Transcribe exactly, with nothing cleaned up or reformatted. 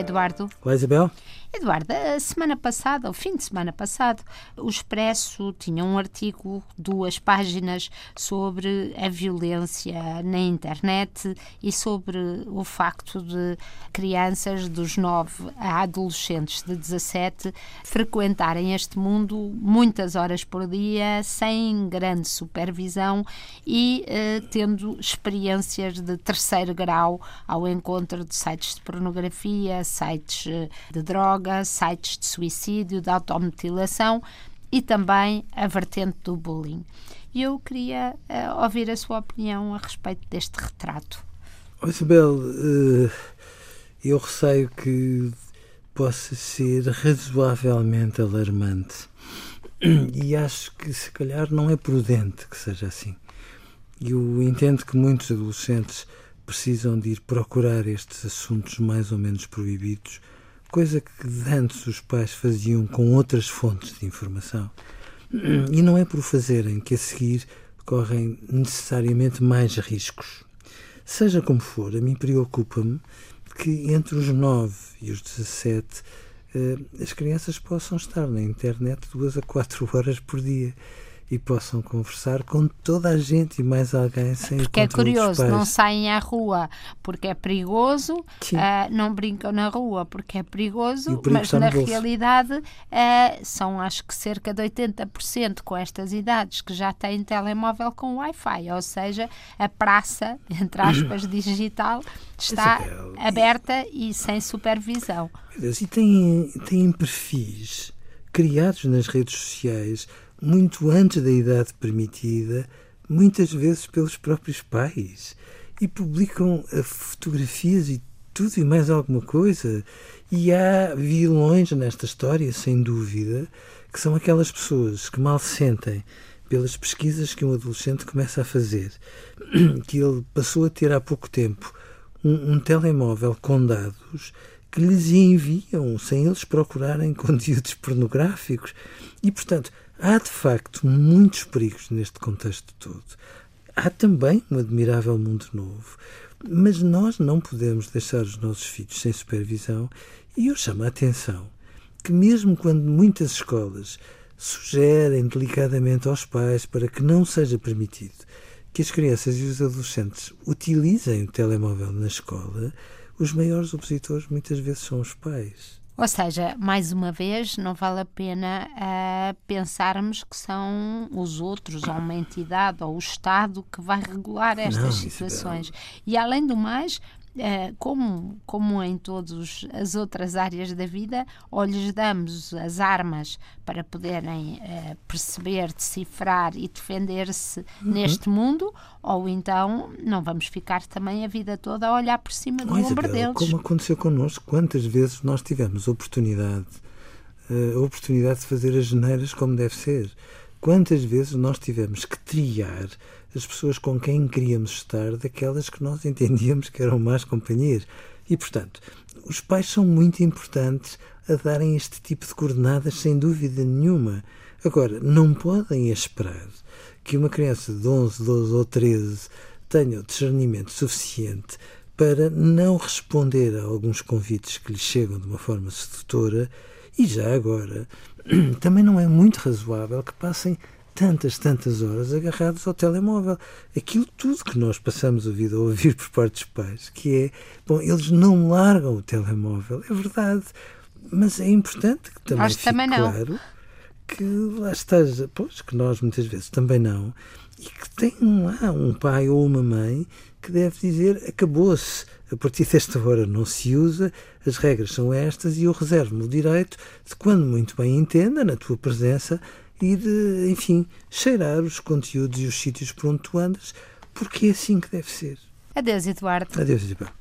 Eduardo. Olá, Isabel. Eduardo, a semana passada, o fim de semana passado, o Expresso tinha um artigo, duas páginas, sobre a violência na internet e sobre o facto de crianças dos nove a adolescentes de dezassete frequentarem este mundo muitas horas por dia, sem grande supervisão e eh, tendo experiências de terceiro grau ao encontro de sites de pornografia, sites de drogas, sites de suicídio, de automutilação e também a vertente do bullying. Eu queria uh, ouvir a sua opinião a respeito deste retrato. Oh, Isabel, uh, eu receio que possa ser razoavelmente alarmante e acho que se calhar não é prudente que seja assim. Eu entendo que muitos adolescentes precisam de ir procurar estes assuntos mais ou menos proibidos, coisa que antes os pais faziam com outras fontes de informação. E não é por o fazerem que a seguir correm necessariamente mais riscos. Seja como for, a mim preocupa-me que entre os nove e os dezassete as crianças possam estar na internet duas a quatro horas por dia e possam conversar com toda a gente e mais alguém sem o controle dos pais. Porque é curioso, não saem à rua porque é perigoso, uh, não brincam na rua porque é perigoso, mas na realidade uh, são acho que cerca de oitenta por cento com estas idades que já têm telemóvel com Wi-Fi, ou seja, a praça, entre aspas, digital está Isabel, aberta e... e sem supervisão. Meu Deus, e têm, têm perfis criados nas redes sociais muito antes da idade permitida, muitas vezes pelos próprios pais, e publicam fotografias e tudo e mais alguma coisa. E há vilões nesta história, sem dúvida, que são aquelas pessoas que mal sentem pelas pesquisas que um adolescente começa a fazer, que ele passou a ter há pouco tempo um, um telemóvel com dados que lhes enviam sem eles procurarem conteúdos pornográficos. E, portanto, há de facto muitos perigos neste contexto todo. Há também um admirável mundo novo, mas nós não podemos deixar os nossos filhos sem supervisão, e eu chamo a atenção que mesmo quando muitas escolas sugerem delicadamente aos pais para que não seja permitido que as crianças e os adolescentes utilizem o telemóvel na escola, os maiores opositores muitas vezes são os pais. Ou seja, mais uma vez, não vale a pena uh, pensarmos que são os outros, ou uma entidade, ou o Estado que vai regular estas não, situações. Isabel. E, além do mais, uh, como, como em todas as outras áreas da vida, ou lhes damos as armas para poderem uh, perceber, decifrar e defender-se uhum. neste mundo, ou então não vamos ficar também a vida toda a olhar por cima do ombro deles. Como aconteceu connosco, quantas vezes nós tivemos oportunidade, a oportunidade de fazer as geneiras como deve ser. Quantas vezes nós tivemos que triar as pessoas com quem queríamos estar daquelas que nós entendíamos que eram más companhias. E, portanto, os pais são muito importantes a darem este tipo de coordenadas, sem dúvida nenhuma. Agora, não podem esperar que uma criança de onze, doze ou treze tenha o discernimento suficiente para não responder a alguns convites que lhe chegam de uma forma sedutora. E já agora, também não é muito razoável que passem tantas, tantas horas agarrados ao telemóvel. Aquilo tudo que nós passamos a vida a ouvir por parte dos pais, que é, bom, eles não largam o telemóvel, é verdade, mas é importante que também Acho fique também claro que lá esteja, pois, que nós muitas vezes também não, e que tem lá um pai ou uma mãe que deve dizer, acabou-se, a partir desta hora não se usa, as regras são estas e eu reservo-me o direito de, quando muito bem entenda, na tua presença, e de, enfim, cheirar os conteúdos e os sítios por onde tu andas, porque é assim que deve ser. Adeus, Eduardo. Adeus, Isabel.